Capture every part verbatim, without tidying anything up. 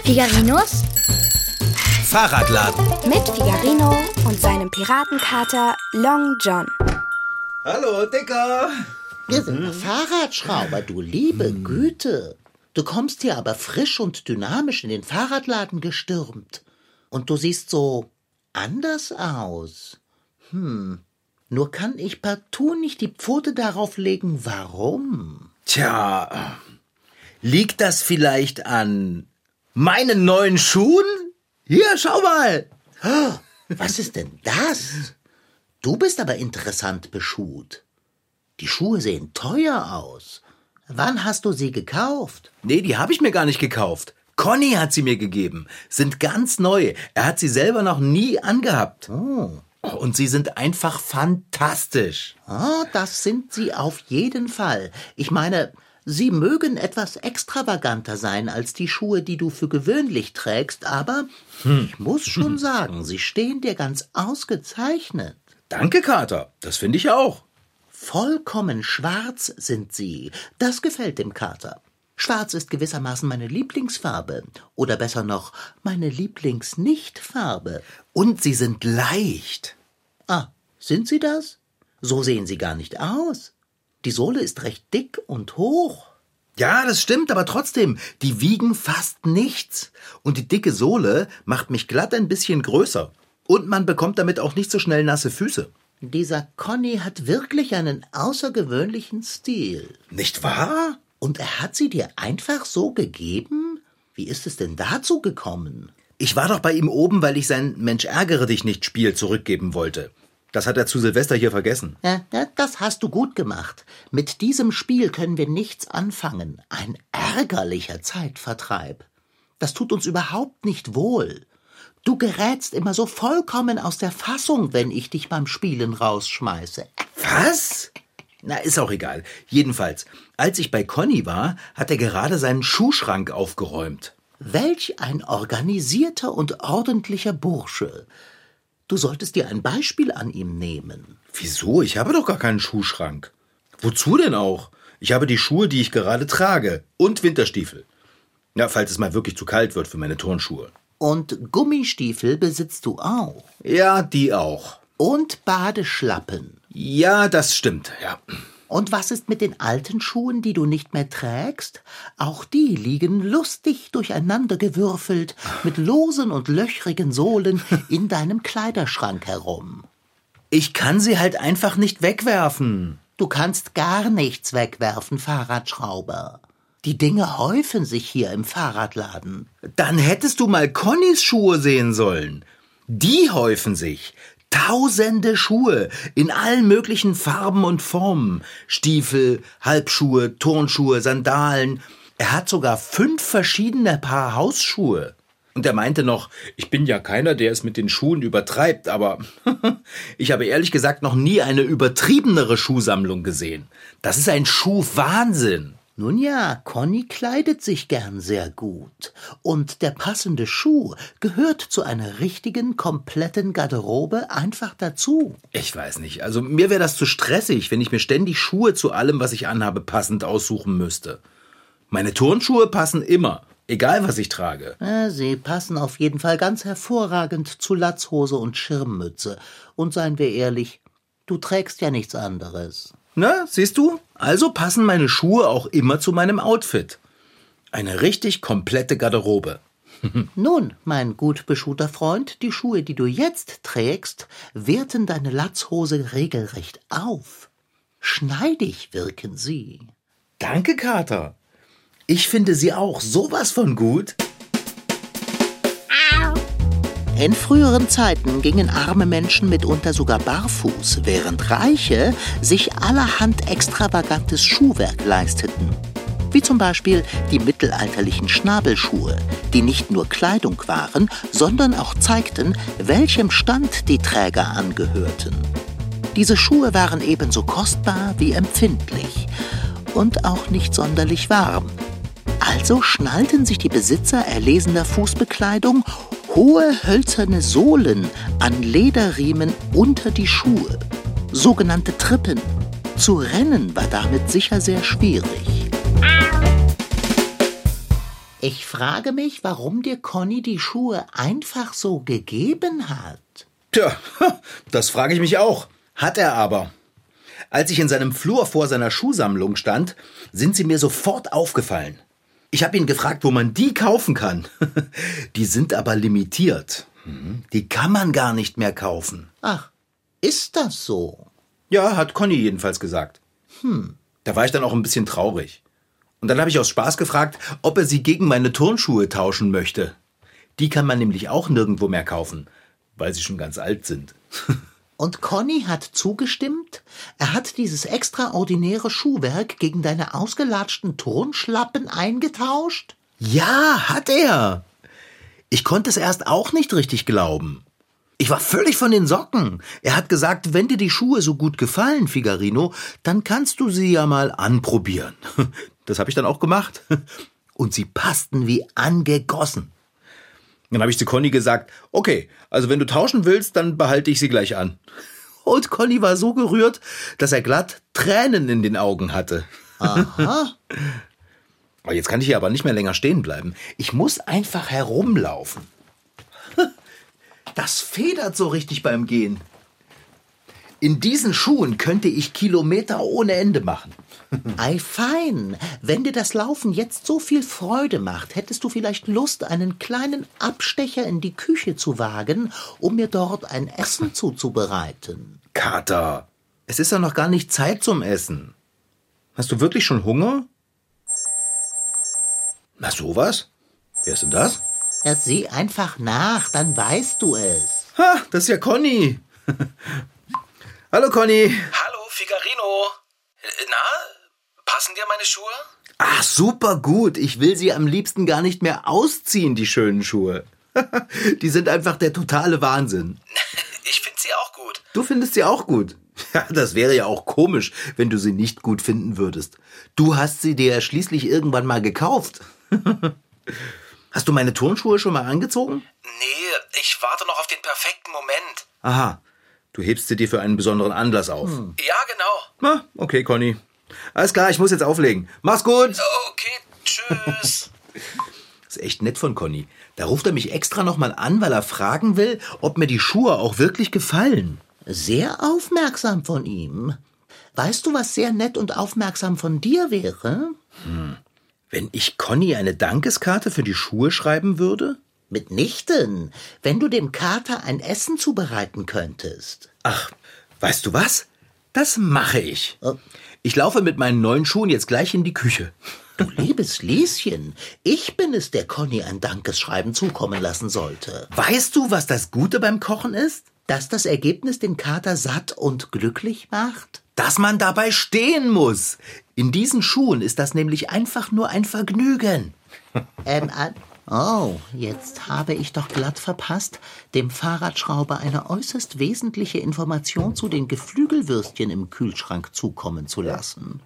Figarinos Fahrradladen mit Figarino und seinem Piratenkater Long John. Hallo, Dicker. Wir sind Fahrradschrauber, du liebe Güte. Du kommst hier aber frisch und dynamisch in den Fahrradladen gestürmt. Und du siehst so anders aus. Hm, nur kann ich partout nicht die Pfote darauf legen, warum? Tja, liegt das vielleicht an meinen neuen Schuhen? Hier, schau mal. Oh, was ist denn das? Du bist aber interessant beschuht. Die Schuhe sehen teuer aus. Wann hast du sie gekauft? Nee, die habe ich mir gar nicht gekauft. Conny hat sie mir gegeben. Sind ganz neu. Er hat sie selber noch nie angehabt. Oh. Und sie sind einfach fantastisch. Oh, das sind sie auf jeden Fall. Ich meine, sie mögen etwas extravaganter sein als die Schuhe, die du für gewöhnlich trägst, aber hm. ich muss schon sagen, sie stehen dir ganz ausgezeichnet. Danke, Kater. Das finde ich auch. Vollkommen schwarz sind sie. Das gefällt dem Kater. Schwarz ist gewissermaßen meine Lieblingsfarbe. Oder besser noch, meine Lieblingsnichtfarbe. Und sie sind leicht. Ah, sind sie das? So sehen sie gar nicht aus. Die Sohle ist recht dick und hoch. Ja, das stimmt, aber trotzdem, die wiegen fast nichts. Und die dicke Sohle macht mich glatt ein bisschen größer. Und man bekommt damit auch nicht so schnell nasse Füße. Dieser Conny hat wirklich einen außergewöhnlichen Stil. Nicht wahr? Und er hat sie dir einfach so gegeben? Wie ist es denn dazu gekommen? Ich war doch bei ihm oben, weil ich sein Mensch-ärgere-dich-nicht-Spiel zurückgeben wollte. Das hat er zu Silvester hier vergessen. Ja, ja, das hast du gut gemacht. Mit diesem Spiel können wir nichts anfangen. Ein ärgerlicher Zeitvertreib. Das tut uns überhaupt nicht wohl. Du gerätst immer so vollkommen aus der Fassung, wenn ich dich beim Spielen rausschmeiße. Was? Na, ist auch egal. Jedenfalls, als ich bei Conny war, hat er gerade seinen Schuhschrank aufgeräumt. Welch ein organisierter und ordentlicher Bursche. Du solltest dir ein Beispiel an ihm nehmen. Wieso? Ich habe doch gar keinen Schuhschrank. Wozu denn auch? Ich habe die Schuhe, die ich gerade trage. Und Winterstiefel. Ja, falls es mal wirklich zu kalt wird für meine Turnschuhe. Und Gummistiefel besitzt du auch. Ja, die auch. Und Badeschlappen. Ja, das stimmt, ja. Und was ist mit den alten Schuhen, die du nicht mehr trägst? Auch die liegen lustig durcheinandergewürfelt, mit losen und löchrigen Sohlen in deinem Kleiderschrank herum. Ich kann sie halt einfach nicht wegwerfen. Du kannst gar nichts wegwerfen, Fahrradschrauber. Die Dinge häufen sich hier im Fahrradladen. Dann hättest du mal Connys Schuhe sehen sollen. Die häufen sich. Tausende Schuhe in allen möglichen Farben und Formen. Stiefel, Halbschuhe, Turnschuhe, Sandalen. Er hat sogar fünf verschiedene Paar Hausschuhe. Und er meinte noch, ich bin ja keiner, der es mit den Schuhen übertreibt, aber ich habe ehrlich gesagt noch nie eine übertriebenere Schuhsammlung gesehen. Das ist ein Schuhwahnsinn. Nun ja, Conny kleidet sich gern sehr gut. Und der passende Schuh gehört zu einer richtigen, kompletten Garderobe einfach dazu. Ich weiß nicht, also mir wäre das zu stressig, wenn ich mir ständig Schuhe zu allem, was ich anhabe, passend aussuchen müsste. Meine Turnschuhe passen immer, egal was ich trage. Ja, sie passen auf jeden Fall ganz hervorragend zu Latzhose und Schirmmütze. Und seien wir ehrlich, du trägst ja nichts anderes. Na, siehst du? Also passen meine Schuhe auch immer zu meinem Outfit. Eine richtig komplette Garderobe. Nun, mein gut beschuhter Freund, die Schuhe, die du jetzt trägst, werten deine Latzhose regelrecht auf. Schneidig wirken sie. Danke, Kater. Ich finde sie auch sowas von gut. In früheren Zeiten gingen arme Menschen mitunter sogar barfuß, während Reiche sich allerhand extravagantes Schuhwerk leisteten. Wie zum Beispiel die mittelalterlichen Schnabelschuhe, die nicht nur Kleidung waren, sondern auch zeigten, welchem Stand die Träger angehörten. Diese Schuhe waren ebenso kostbar wie empfindlich und auch nicht sonderlich warm. Also schnallten sich die Besitzer erlesener Fußbekleidung hohe hölzerne Sohlen an Lederriemen unter die Schuhe, sogenannte Trippen. Zu rennen war damit sicher sehr schwierig. Ich frage mich, warum dir Conny die Schuhe einfach so gegeben hat. Tja, das frage ich mich auch. Hat er aber. Als ich in seinem Flur vor seiner Schuhsammlung stand, sind sie mir sofort aufgefallen. Ich habe ihn gefragt, wo man die kaufen kann. Die sind aber limitiert. Die kann man gar nicht mehr kaufen. Ach, ist das so? Ja, hat Conny jedenfalls gesagt. Hm. Da war ich dann auch ein bisschen traurig. Und dann habe ich aus Spaß gefragt, ob er sie gegen meine Turnschuhe tauschen möchte. Die kann man nämlich auch nirgendwo mehr kaufen, weil sie schon ganz alt sind. Und Conny hat zugestimmt? Er hat dieses extraordinäre Schuhwerk gegen deine ausgelatschten Turnschlappen eingetauscht? Ja, hat er. Ich konnte es erst auch nicht richtig glauben. Ich war völlig von den Socken. Er hat gesagt, wenn dir die Schuhe so gut gefallen, Figarino, dann kannst du sie ja mal anprobieren. Das habe ich dann auch gemacht. Und sie passten wie angegossen. Dann habe ich zu Conny gesagt, okay, also wenn du tauschen willst, dann behalte ich sie gleich an. Und Conny war so gerührt, dass er glatt Tränen in den Augen hatte. Aha. Aber jetzt kann ich hier aber nicht mehr länger stehen bleiben. Ich muss einfach herumlaufen. Das federt so richtig beim Gehen. In diesen Schuhen könnte ich Kilometer ohne Ende machen. Ei, fein. Wenn dir das Laufen jetzt so viel Freude macht, hättest du vielleicht Lust, einen kleinen Abstecher in die Küche zu wagen, um mir dort ein Essen zuzubereiten. Kater, es ist ja noch gar nicht Zeit zum Essen. Hast du wirklich schon Hunger? Na sowas? Wer ist denn das? Ja, sieh einfach nach, dann weißt du es. Ha, das ist ja Conny. Hallo Conny. Hallo, Figarino. Na, passen dir meine Schuhe? Ach, super gut. Ich will sie am liebsten gar nicht mehr ausziehen, die schönen Schuhe. Die sind einfach der totale Wahnsinn. Ich finde sie auch gut. Du findest sie auch gut? Ja, das wäre ja auch komisch, wenn du sie nicht gut finden würdest. Du hast sie dir ja schließlich irgendwann mal gekauft. Hast du meine Turnschuhe schon mal angezogen? Nee, ich warte noch auf den perfekten Moment. Aha, du hebst sie dir für einen besonderen Anlass auf. Hm. Ja, genau. Na, okay, Conny. Alles klar, ich muss jetzt auflegen. Mach's gut. Okay, tschüss. Das ist echt nett von Conny. Da ruft er mich extra nochmal an, weil er fragen will, ob mir die Schuhe auch wirklich gefallen. Sehr aufmerksam von ihm. Weißt du, was sehr nett und aufmerksam von dir wäre? Hm. Wenn ich Conny eine Dankeskarte für die Schuhe schreiben würde? Mitnichten, wenn du dem Kater ein Essen zubereiten könntest. Ach, weißt du was? Das mache ich. Oh. Ich laufe mit meinen neuen Schuhen jetzt gleich in die Küche. Du liebes Lieschen, ich bin es, der Conny ein Dankesschreiben zukommen lassen sollte. Weißt du, was das Gute beim Kochen ist? Dass das Ergebnis den Kater satt und glücklich macht? Dass man dabei stehen muss. In diesen Schuhen ist das nämlich einfach nur ein Vergnügen. Ähm, äh, oh, jetzt habe ich doch glatt verpasst, dem Fahrradschrauber eine äußerst wesentliche Information zu den Geflügelwürstchen im Kühlschrank zukommen zu lassen.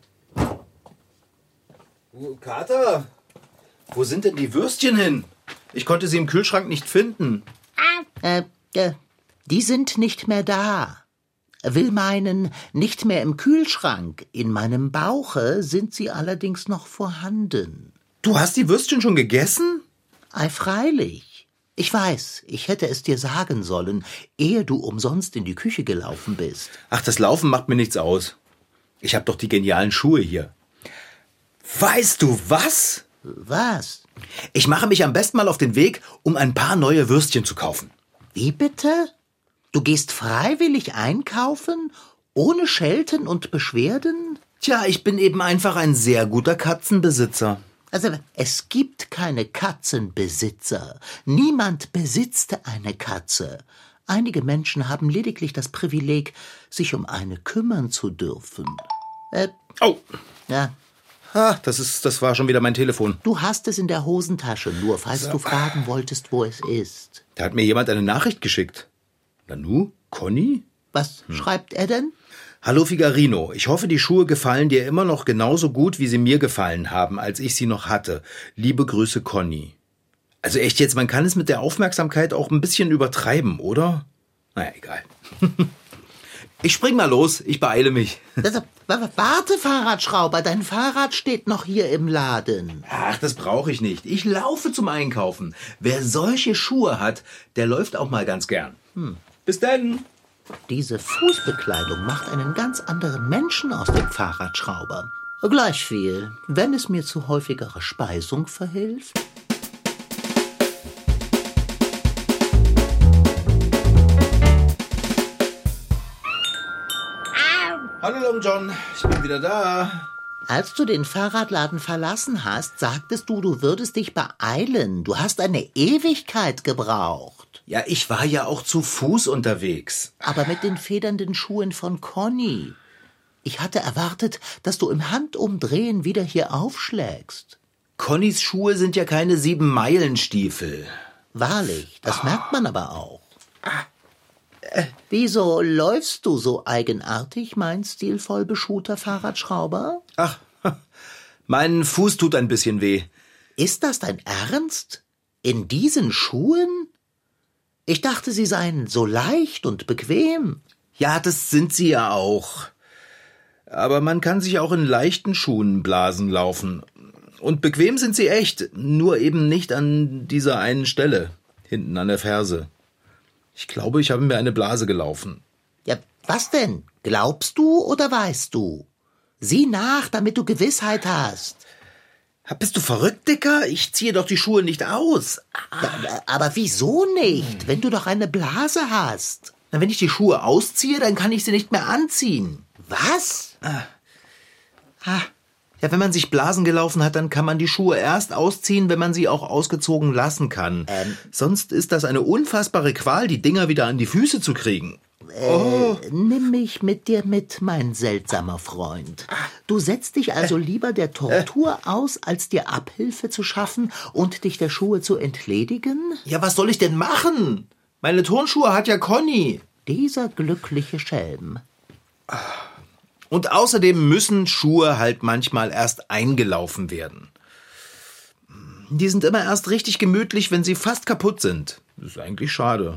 Kater, wo sind denn die Würstchen hin? Ich konnte sie im Kühlschrank nicht finden. Äh, äh, die sind nicht mehr da. Will meinen, nicht mehr im Kühlschrank. In meinem Bauche sind sie allerdings noch vorhanden. Du hast die Würstchen schon gegessen? Ei, freilich. Ich weiß, ich hätte es dir sagen sollen, ehe du umsonst in die Küche gelaufen bist. Ach, das Laufen macht mir nichts aus. Ich habe doch die genialen Schuhe hier. Weißt du was? Was? Ich mache mich am besten mal auf den Weg, um ein paar neue Würstchen zu kaufen. Wie bitte? Du gehst freiwillig einkaufen, ohne Schelten und Beschwerden? Tja, ich bin eben einfach ein sehr guter Katzenbesitzer. Also, es gibt keine Katzenbesitzer. Niemand besitzt eine Katze. Einige Menschen haben lediglich das Privileg, sich um eine kümmern zu dürfen. Äh, oh. Ja. Ah, das ist, das war schon wieder mein Telefon. Du hast es in der Hosentasche, nur falls so. du fragen wolltest, wo es ist. Da hat mir jemand eine Nachricht geschickt. Nanu? Conny? Was hm. schreibt er denn? Hallo Figarino, ich hoffe, die Schuhe gefallen dir immer noch genauso gut, wie sie mir gefallen haben, als ich sie noch hatte. Liebe Grüße, Conny. Also echt jetzt, man kann es mit der Aufmerksamkeit auch ein bisschen übertreiben, oder? Naja, egal. Ich spring mal los, ich beeile mich. Das, warte, Fahrradschrauber, dein Fahrrad steht noch hier im Laden. Ach, das brauche ich nicht. Ich laufe zum Einkaufen. Wer solche Schuhe hat, der läuft auch mal ganz gern. Hm. Bis dann. Diese Fußbekleidung macht einen ganz anderen Menschen aus dem Fahrradschrauber. Gleich viel, wenn es mir zu häufigerer Speisung verhilft. Hallo Long John, ich bin wieder da. Als du den Fahrradladen verlassen hast, sagtest du, du würdest dich beeilen. Du hast eine Ewigkeit gebraucht. Ja, ich war ja auch zu Fuß unterwegs. Aber mit den federnden Schuhen von Conny. Ich hatte erwartet, dass du im Handumdrehen wieder hier aufschlägst. Connys Schuhe sind ja keine Sieben-Meilen-Stiefel. Wahrlich, das oh. merkt man aber auch. Wieso läufst du so eigenartig, mein stilvoll beschuhter Fahrradschrauber? Ach, mein Fuß tut ein bisschen weh. Ist das dein Ernst? In diesen Schuhen? Ich dachte, sie seien so leicht und bequem. Ja, das sind sie ja auch. Aber man kann sich auch in leichten Schuhen Blasen laufen. Und bequem sind sie echt, nur eben nicht an dieser einen Stelle, hinten an der Ferse. Ich glaube, ich habe mir eine Blase gelaufen. Ja, was denn? Glaubst du oder weißt du? Sieh nach, damit du Gewissheit hast. Bist du verrückt, Dicker? Ich ziehe doch die Schuhe nicht aus. Ja, aber wieso nicht, wenn du doch eine Blase hast? Na, wenn ich die Schuhe ausziehe, dann kann ich sie nicht mehr anziehen. Was? Ah. Ah. Ja, wenn man sich Blasen gelaufen hat, dann kann man die Schuhe erst ausziehen, wenn man sie auch ausgezogen lassen kann. Ähm, Sonst ist das eine unfassbare Qual, die Dinger wieder an die Füße zu kriegen. Äh, oh. Nimm mich mit dir mit, mein seltsamer Freund. Du setzt dich also lieber der Tortur aus, als dir Abhilfe zu schaffen und dich der Schuhe zu entledigen? Ja, was soll ich denn machen? Meine Turnschuhe hat ja Conny. Dieser glückliche Schelm. Und außerdem müssen Schuhe halt manchmal erst eingelaufen werden. Die sind immer erst richtig gemütlich, wenn sie fast kaputt sind. Das ist eigentlich schade.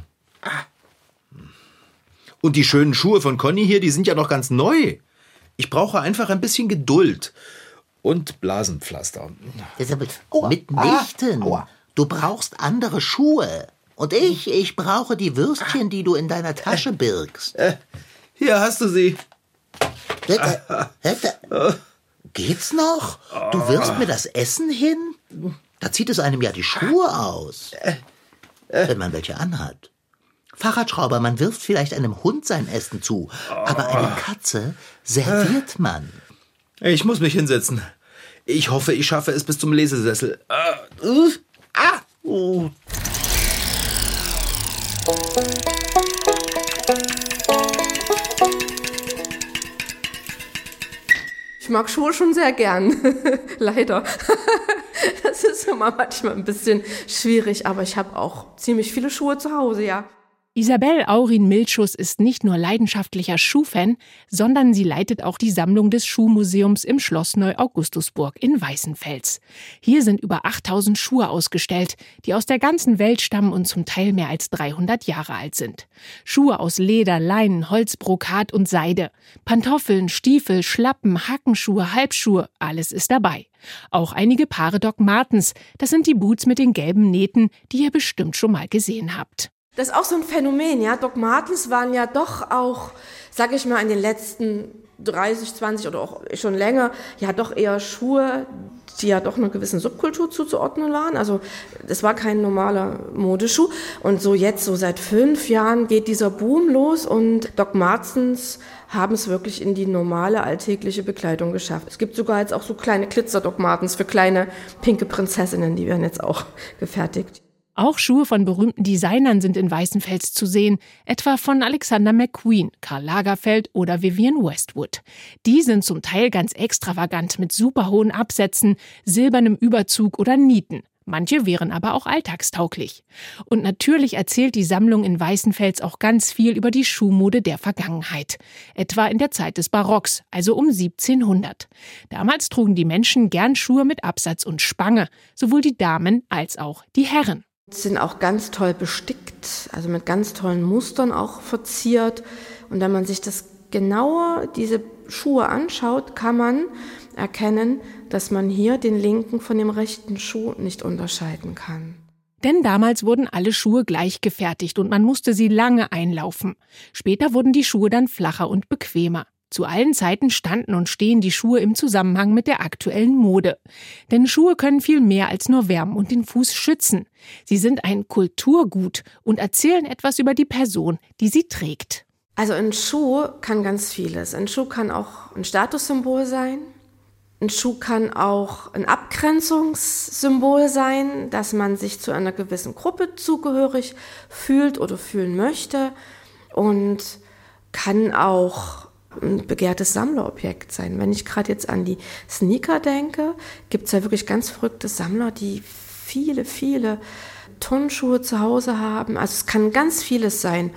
Und die schönen Schuhe von Conny hier, die sind ja noch ganz neu. Ich brauche einfach ein bisschen Geduld. Und Blasenpflaster. Mitnichten. Du brauchst andere Schuhe. Und ich, ich brauche die Würstchen, die du in deiner Tasche birgst. Hier hast du sie. Geht's noch? Du wirfst mir das Essen hin? Da zieht es einem ja die Schuhe aus. Wenn man welche anhat. Fahrradschrauber, man wirft vielleicht einem Hund sein Essen zu, aber eine Katze serviert man. Ich muss mich hinsetzen. Ich hoffe, ich schaffe es bis zum Lesesessel. Uh, ah, uh. Ich mag Schuhe schon sehr gern, leider. Das ist immer manchmal ein bisschen schwierig, aber ich habe auch ziemlich viele Schuhe zu Hause, ja. Isabel Aurin-Mildschuss ist nicht nur leidenschaftlicher Schuhfan, sondern sie leitet auch die Sammlung des Schuhmuseums im Schloss Neu-Augustusburg in Weißenfels. Hier sind über achttausend Schuhe ausgestellt, die aus der ganzen Welt stammen und zum Teil mehr als dreihundert Jahre alt sind. Schuhe aus Leder, Leinen, Holz, Brokat und Seide. Pantoffeln, Stiefel, Schlappen, Hackenschuhe, Halbschuhe, alles ist dabei. Auch einige Paare Doc Martens, das sind die Boots mit den gelben Nähten, die ihr bestimmt schon mal gesehen habt. Das ist auch so ein Phänomen, ja. Doc Martens waren ja doch auch, sag ich mal, in den letzten dreißig, zwanzig oder auch schon länger, ja doch eher Schuhe, die ja doch einer gewissen Subkultur zuzuordnen waren. Also das war kein normaler Modeschuh. Und so jetzt, so seit fünf Jahren geht dieser Boom los und Doc Martens haben es wirklich in die normale alltägliche Bekleidung geschafft. Es gibt sogar jetzt auch so kleine Glitzer-Doc Martens für kleine pinke Prinzessinnen, die werden jetzt auch gefertigt. Auch Schuhe von berühmten Designern sind in Weißenfels zu sehen, etwa von Alexander McQueen, Karl Lagerfeld oder Vivienne Westwood. Die sind zum Teil ganz extravagant mit super hohen Absätzen, silbernem Überzug oder Nieten. Manche wären aber auch alltagstauglich. Und natürlich erzählt die Sammlung in Weißenfels auch ganz viel über die Schuhmode der Vergangenheit. Etwa in der Zeit des Barocks, also um siebzehnhundert. Damals trugen die Menschen gern Schuhe mit Absatz und Spange, sowohl die Damen als auch die Herren. Sind auch ganz toll bestickt, also mit ganz tollen Mustern auch verziert. Und wenn man sich das genauer diese Schuhe anschaut, kann man erkennen, dass man hier den linken von dem rechten Schuh nicht unterscheiden kann. Denn damals wurden alle Schuhe gleich gefertigt und man musste sie lange einlaufen. Später wurden die Schuhe dann flacher und bequemer. Zu allen Zeiten standen und stehen die Schuhe im Zusammenhang mit der aktuellen Mode. Denn Schuhe können viel mehr als nur wärmen und den Fuß schützen. Sie sind ein Kulturgut und erzählen etwas über die Person, die sie trägt. Also ein Schuh kann ganz vieles. Ein Schuh kann auch ein Statussymbol sein. Ein Schuh kann auch ein Abgrenzungssymbol sein, dass man sich zu einer gewissen Gruppe zugehörig fühlt oder fühlen möchte. Und kann auch ein begehrtes Sammlerobjekt sein. Wenn ich gerade jetzt an die Sneaker denke, gibt es ja wirklich ganz verrückte Sammler, die viele, viele Turnschuhe zu Hause haben. Also es kann ganz vieles sein.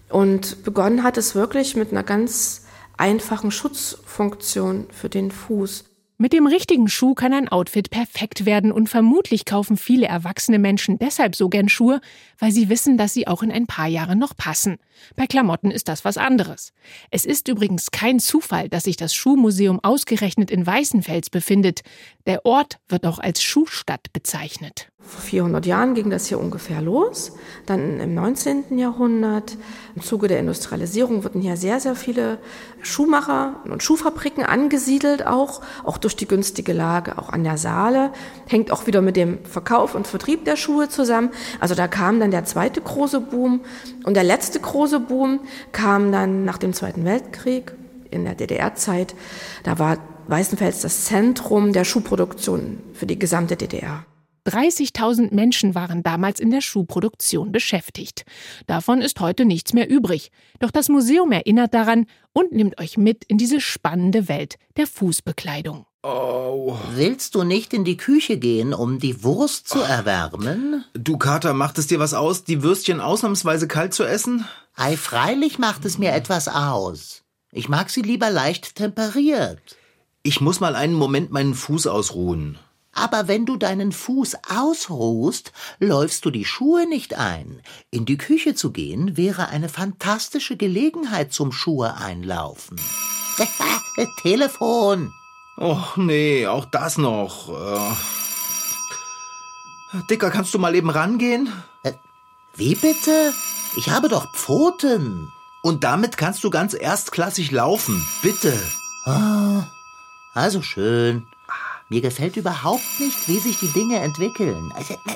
Und begonnen hat es wirklich mit einer ganz einfachen Schutzfunktion für den Fuß. Mit dem richtigen Schuh kann ein Outfit perfekt werden und vermutlich kaufen viele erwachsene Menschen deshalb so gern Schuhe, weil sie wissen, dass sie auch in ein paar Jahren noch passen. Bei Klamotten ist das was anderes. Es ist übrigens kein Zufall, dass sich das Schuhmuseum ausgerechnet in Weißenfels befindet. Der Ort wird auch als Schuhstadt bezeichnet. Vor vierhundert Jahren ging das hier ungefähr los. Dann im neunzehnten Jahrhundert, im Zuge der Industrialisierung, wurden hier sehr, sehr viele Schuhmacher und Schuhfabriken angesiedelt, auch, auch durch die günstige Lage, auch an der Saale. Hängt auch wieder mit dem Verkauf und Vertrieb der Schuhe zusammen. Also da kam dann der zweite große Boom. Und der letzte große Boom kam dann nach dem Zweiten Weltkrieg, in der D D R-Zeit. Da war Weißenfels das Zentrum der Schuhproduktion für die gesamte D D R. dreißigtausend Menschen waren damals in der Schuhproduktion beschäftigt. Davon ist heute nichts mehr übrig. Doch das Museum erinnert daran und nimmt euch mit in diese spannende Welt der Fußbekleidung. Oh. Willst du nicht in die Küche gehen, um die Wurst zu erwärmen? Du, Kater, macht es dir was aus, die Würstchen ausnahmsweise kalt zu essen? Ei, freilich macht es mir etwas aus. Ich mag sie lieber leicht temperiert. Ich muss mal einen Moment meinen Fuß ausruhen. Aber wenn du deinen Fuß ausruhst, läufst du die Schuhe nicht ein. In die Küche zu gehen, wäre eine fantastische Gelegenheit zum Schuhe einlaufen. Telefon! Och nee, auch das noch. Äh. Dicker, kannst du mal eben rangehen? Äh, wie bitte? Ich habe doch Pfoten. Und damit kannst du ganz erstklassig laufen, bitte. Oh, also schön. Mir gefällt überhaupt nicht, wie sich die Dinge entwickeln.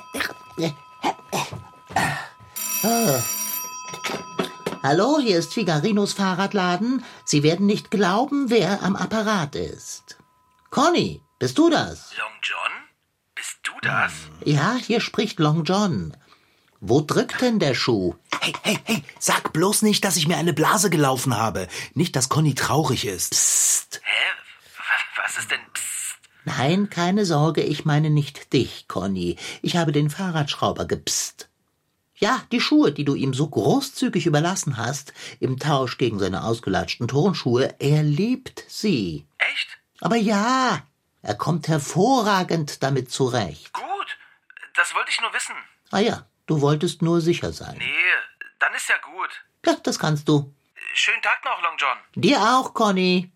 Oh. Hallo, hier ist Figarinos Fahrradladen. Sie werden nicht glauben, wer am Apparat ist. Conny, bist du das? Long John? Bist du das? Ja, hier spricht Long John. Wo drückt denn der Schuh? Hey, hey, hey, sag bloß nicht, dass ich mir eine Blase gelaufen habe. Nicht, dass Conny traurig ist. Psst. Hä? Was ist denn Psst? Nein, keine Sorge, ich meine nicht dich, Conny. Ich habe den Fahrradschrauber gepst. Ja, die Schuhe, die du ihm so großzügig überlassen hast, im Tausch gegen seine ausgelatschten Turnschuhe, er liebt sie. Echt? Aber ja, er kommt hervorragend damit zurecht. Gut, das wollte ich nur wissen. Ah ja, du wolltest nur sicher sein. Nee, dann ist ja gut. Ja, das kannst du. Schönen Tag noch, Long John. Dir auch, Conny.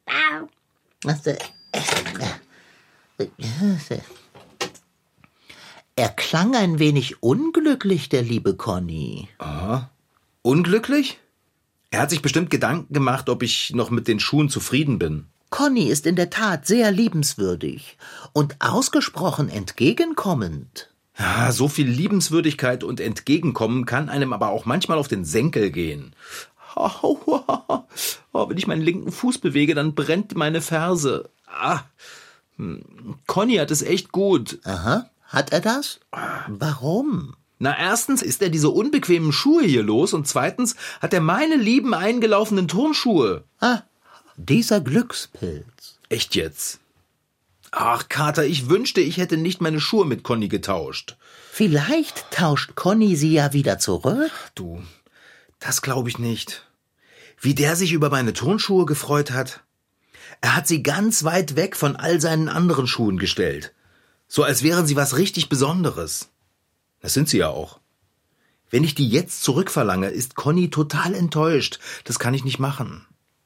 Er klang ein wenig unglücklich, der liebe Conny. Aha. Unglücklich? Er hat sich bestimmt Gedanken gemacht, ob ich noch mit den Schuhen zufrieden bin. Conny ist in der Tat sehr liebenswürdig und ausgesprochen entgegenkommend. Ja, so viel Liebenswürdigkeit und Entgegenkommen kann einem aber auch manchmal auf den Senkel gehen. Oh, wenn ich meinen linken Fuß bewege, dann brennt meine Ferse. Ah, Conny hat es echt gut. Aha, hat er das? Warum? Na, erstens ist er diese unbequemen Schuhe hier los und zweitens hat er meine lieben eingelaufenen Turnschuhe. Ah, dieser Glückspilz. Echt jetzt? Ach, Kater, ich wünschte, ich hätte nicht meine Schuhe mit Conny getauscht. Vielleicht tauscht Conny sie ja wieder zurück. Du, das glaube ich nicht. Wie der sich über meine Turnschuhe gefreut hat. Er hat sie ganz weit weg von all seinen anderen Schuhen gestellt. So als wären sie was richtig Besonderes. Das sind sie ja auch. Wenn ich die jetzt zurückverlange, ist Conny total enttäuscht. Das kann ich nicht machen.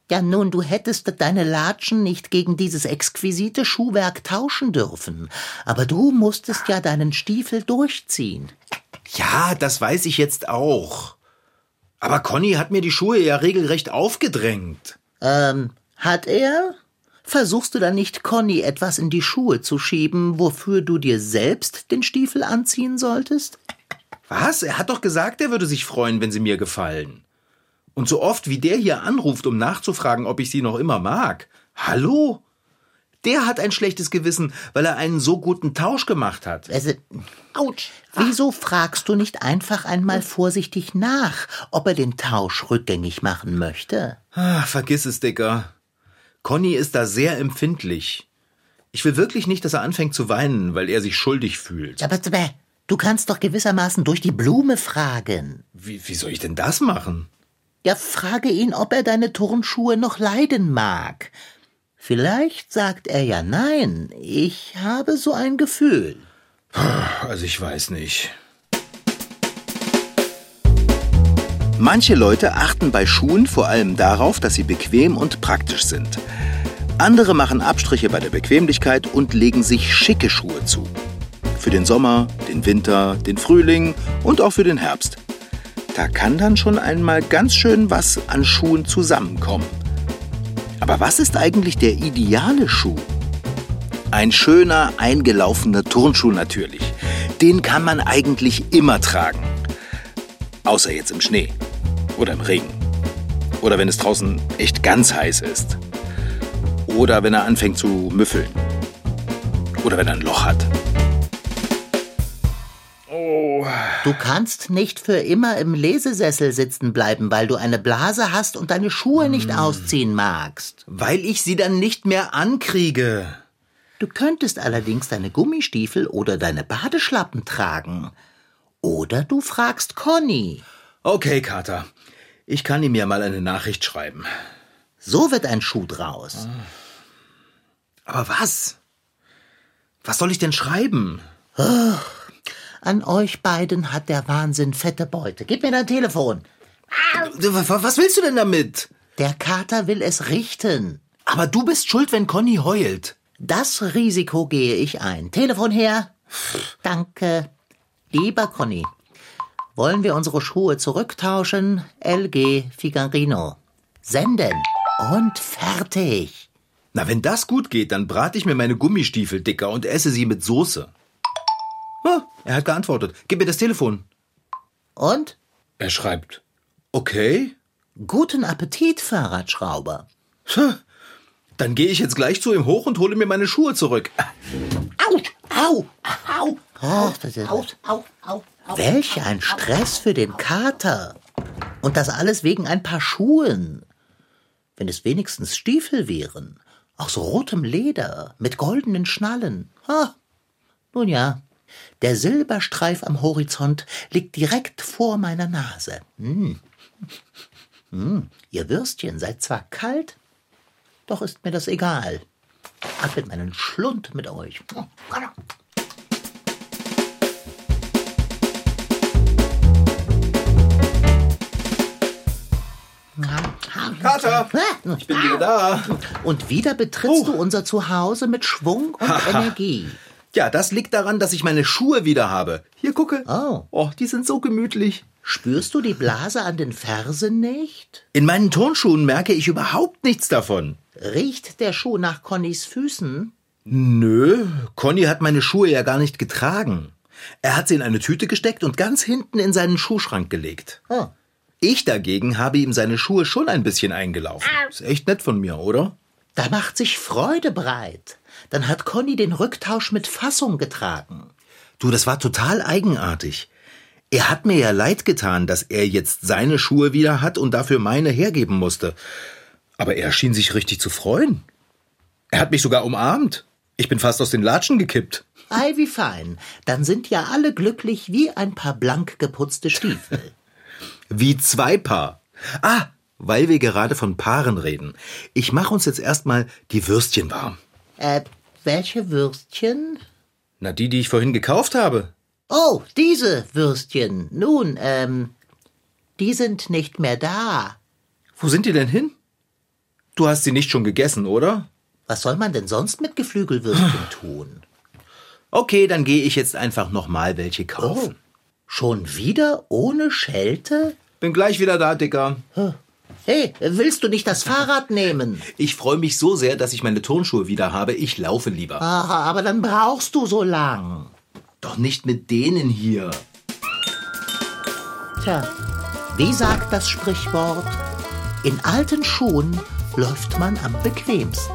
Ja, nun, du hättest deine Latschen nicht gegen dieses exquisite Schuhwerk tauschen dürfen. Aber du musstest ja deinen Stiefel durchziehen. Ja, das weiß ich jetzt auch. Aber Conny hat mir die Schuhe ja regelrecht aufgedrängt. Ähm, hat er? Versuchst du dann nicht, Conny etwas in die Schuhe zu schieben, wofür du dir selbst den Stiefel anziehen solltest? Was? Er hat doch gesagt, er würde sich freuen, wenn sie mir gefallen. Und so oft, wie der hier anruft, um nachzufragen, ob ich sie noch immer mag. Hallo? Der hat ein schlechtes Gewissen, weil er einen so guten Tausch gemacht hat. Also, Autsch. Wieso fragst du nicht einfach einmal vorsichtig nach, ob er den Tausch rückgängig machen möchte? Ach, vergiss es, Dicker. Conny ist da sehr empfindlich. Ich will wirklich nicht, dass er anfängt zu weinen, weil er sich schuldig fühlt. Aber du kannst doch gewissermaßen durch die Blume fragen. Wie, wie soll ich denn das machen? Ja, frage ihn, ob er deine Turnschuhe noch leiden mag. Vielleicht sagt er ja nein. Ich habe so ein Gefühl. Also ich weiß nicht. Manche Leute achten bei Schuhen vor allem darauf, dass sie bequem und praktisch sind. Andere machen Abstriche bei der Bequemlichkeit und legen sich schicke Schuhe zu. Für den Sommer, den Winter, den Frühling und auch für den Herbst. Da kann dann schon einmal ganz schön was an Schuhen zusammenkommen. Aber was ist eigentlich der ideale Schuh? Ein schöner, eingelaufener Turnschuh natürlich. Den kann man eigentlich immer tragen. Außer jetzt im Schnee oder im Regen. Oder wenn es draußen echt ganz heiß ist. Oder wenn er anfängt zu müffeln. Oder wenn er ein Loch hat. Du kannst nicht für immer im Lesesessel sitzen bleiben, weil du eine Blase hast und deine Schuhe nicht ausziehen magst. Weil ich sie dann nicht mehr ankriege. Du könntest allerdings deine Gummistiefel oder deine Badeschlappen tragen. Oder du fragst Conny. Okay, Kater. Ich kann ihm ja mal eine Nachricht schreiben. So wird ein Schuh draus. Aber was? Was soll ich denn schreiben? Oh. An euch beiden hat der Wahnsinn fette Beute. Gib mir dein Telefon. Was willst du denn damit? Der Kater will es richten. Aber du bist schuld, wenn Conny heult. Das Risiko gehe ich ein. Telefon her. Danke. Lieber Conny, wollen wir unsere Schuhe zurücktauschen? L G Figarino. Senden. Und fertig. Na, wenn das gut geht, dann brate ich mir meine Gummistiefel, Dicker, und esse sie mit Soße. Oh, er hat geantwortet. Gib mir das Telefon. Und? Er schreibt, okay. Guten Appetit, Fahrradschrauber. Dann gehe ich jetzt gleich zu ihm hoch und hole mir meine Schuhe zurück. Autsch, au, au, au, au, au, au, au. Welch ein Stress für den Kater. Und das alles wegen ein paar Schuhen. Wenn es wenigstens Stiefel wären, aus rotem Leder, mit goldenen Schnallen. Ha. Nun ja. Der Silberstreif am Horizont liegt direkt vor meiner Nase. Hm. Hm. Ihr Würstchen seid zwar kalt, doch ist mir das egal. Ab mit meinen Schlund mit euch. Kater, ich bin wieder da. Und wieder betrittst oh. du unser Zuhause mit Schwung und Energie. Ja, das liegt daran, dass ich meine Schuhe wieder habe. Hier, gucke. Oh. Oh, die sind so gemütlich. Spürst du die Blase an den Fersen nicht? In meinen Turnschuhen merke ich überhaupt nichts davon. Riecht der Schuh nach Connys Füßen? Nö, Conny hat meine Schuhe ja gar nicht getragen. Er hat sie in eine Tüte gesteckt und ganz hinten in seinen Schuhschrank gelegt. Oh. Ich dagegen habe ihm seine Schuhe schon ein bisschen eingelaufen. Ist echt nett von mir, oder? Da macht sich Freude breit. Dann hat Conny den Rücktausch mit Fassung getragen. Du, das war total eigenartig. Er hat mir ja leid getan, dass er jetzt seine Schuhe wieder hat und dafür meine hergeben musste. Aber er schien sich richtig zu freuen. Er hat mich sogar umarmt. Ich bin fast aus den Latschen gekippt. Ei, wie fein. Dann sind ja alle glücklich wie ein paar blank geputzte Stiefel. Wie zwei Paar. Ah, weil wir gerade von Paaren reden. Ich mache uns jetzt erstmal die Würstchen warm. Äh, welche Würstchen? Na, die, die ich vorhin gekauft habe. Oh, diese Würstchen. Nun, ähm, die sind nicht mehr da. Wo sind die denn hin? Du hast sie nicht schon gegessen, oder? Was soll man denn sonst mit Geflügelwürstchen tun? Okay, dann gehe ich jetzt einfach nochmal welche kaufen. Oh, schon wieder ohne Schelte? Bin gleich wieder da, Dicker. Hey, willst du nicht das Fahrrad nehmen? Ich freue mich so sehr, dass ich meine Turnschuhe wieder habe. Ich laufe lieber. Aha, aber dann brauchst du so lang. Doch nicht mit denen hier. Tja, wie sagt das Sprichwort? In alten Schuhen läuft man am bequemsten.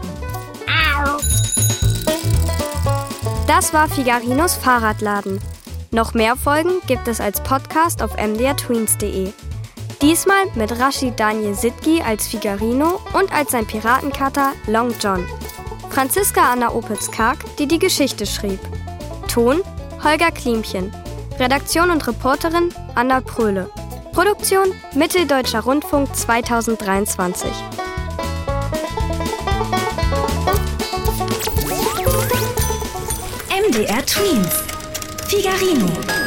Das war Figarinos Fahrradladen. Noch mehr Folgen gibt es als Podcast auf m d r tweens punkt d e. Diesmal mit Rashid Daniel Sidgi als Figarino und als sein Piratenkater Long John. Franziska Anna Opitz-Karg, die die Geschichte schrieb. Ton Holger Klimchen. Redaktion und Reporterin Anna Pröhle. Produktion Mitteldeutscher Rundfunk zweitausenddreiundzwanzig. M D R Tweens. Figarino.